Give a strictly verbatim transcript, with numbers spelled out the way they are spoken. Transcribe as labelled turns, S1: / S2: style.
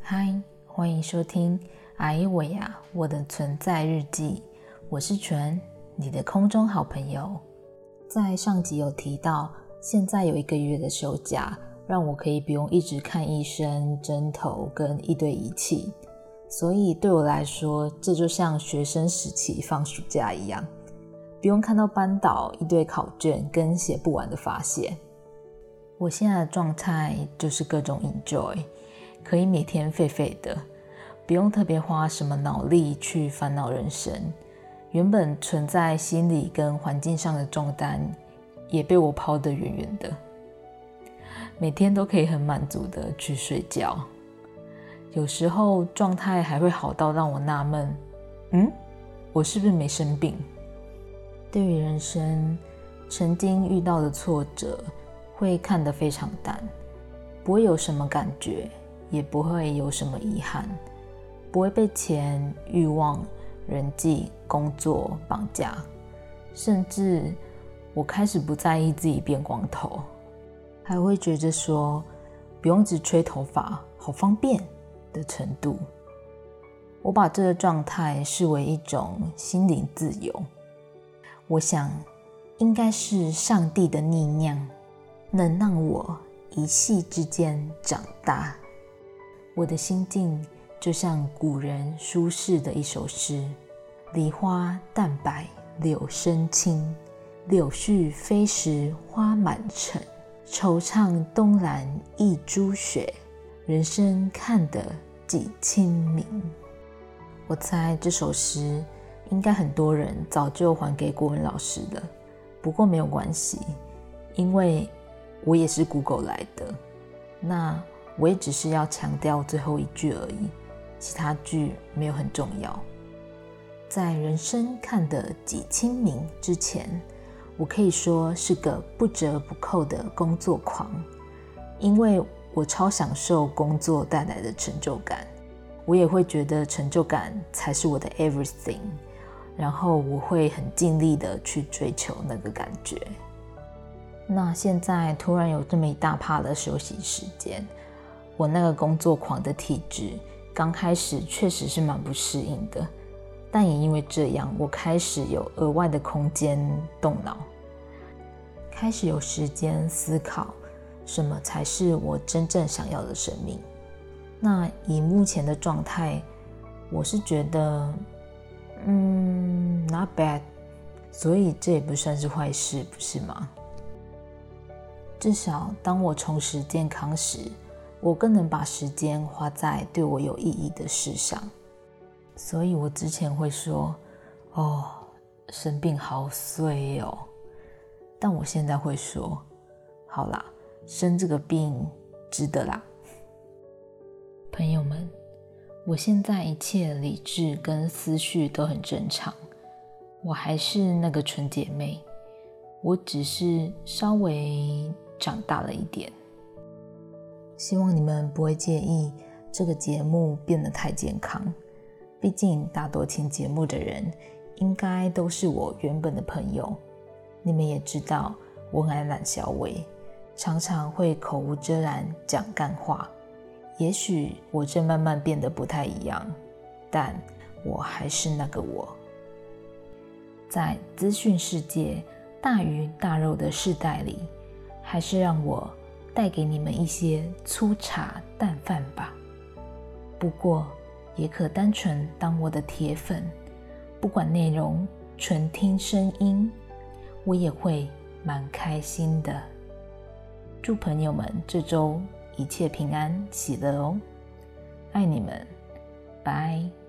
S1: 嗨，欢迎收听阿伊维亚我的存在日记，我是纯，你的空中好朋友。在上集有提到，现在有一个月的休假，让我可以不用一直看医生、针头跟一堆仪器，所以对我来说，这就像学生时期放暑假一样，不用看到班导一堆考卷跟写不完的发现。我现在的状态就是各种 enjoy， 可以每天废废的，不用特别花什么脑力去烦恼人生，原本存在心理跟环境上的重担也被我抛得远远的，每天都可以很满足的去睡觉。有时候状态还会好到让我纳闷，嗯，我是不是没生病？对于人生曾经遇到的挫折会看得非常淡，不会有什么感觉，也不会有什么遗憾，不会被钱、欲望、人际、工作绑架，甚至我开始不在意自己变光头，还会觉得说不用只吹头发好方便的程度。我把这个状态视为一种心灵自由，我想应该是上帝的逆酿，能让我一夕之间长大。我的心境就像古人苏轼的一首诗：梨花淡白柳深青，柳絮飞时花满城，惆怅东南一株雪，人生看得几清明。我猜这首诗应该很多人早就还给国文老师了，不过没有关系，因为我也是 Google 来的，那我也只是要强调最后一句而已，其他句没有很重要。在人生看得几清明之前，我可以说是个不折不扣的工作狂，因为我超享受工作带来的成就感，我也会觉得成就感才是我的 everything， 然后我会很尽力的去追求那个感觉。那现在突然有这么一大趴的休息时间，我那个工作狂的体质刚开始确实是蛮不适应的，但也因为这样，我开始有额外的空间动脑，开始有时间思考什么才是我真正想要的生命。那以目前的状态，我是觉得嗯 not bad， 所以这也不算是坏事，不是吗？至少当我重拾健康时，我更能把时间花在对我有意义的事上。所以我之前会说，哦，生病好衰哦，但我现在会说，好啦，生这个病值得啦。朋友们，我现在一切理智跟思绪都很正常，我还是那个纯姐妹，我只是稍微长大了一点。希望你们不会介意这个节目变得太健康，毕竟大多听节目的人应该都是我原本的朋友，你们也知道我很爱懒小伟，常常会口无遮拦讲干话。也许我正慢慢变得不太一样，但我还是那个我。在资讯世界大鱼大肉的世代里，还是让我带给你们一些粗茶淡饭吧。不过也可单纯当我的铁粉，不管内容，纯听声音，我也会蛮开心的。祝朋友们这周一切平安喜乐哦，爱你们，拜。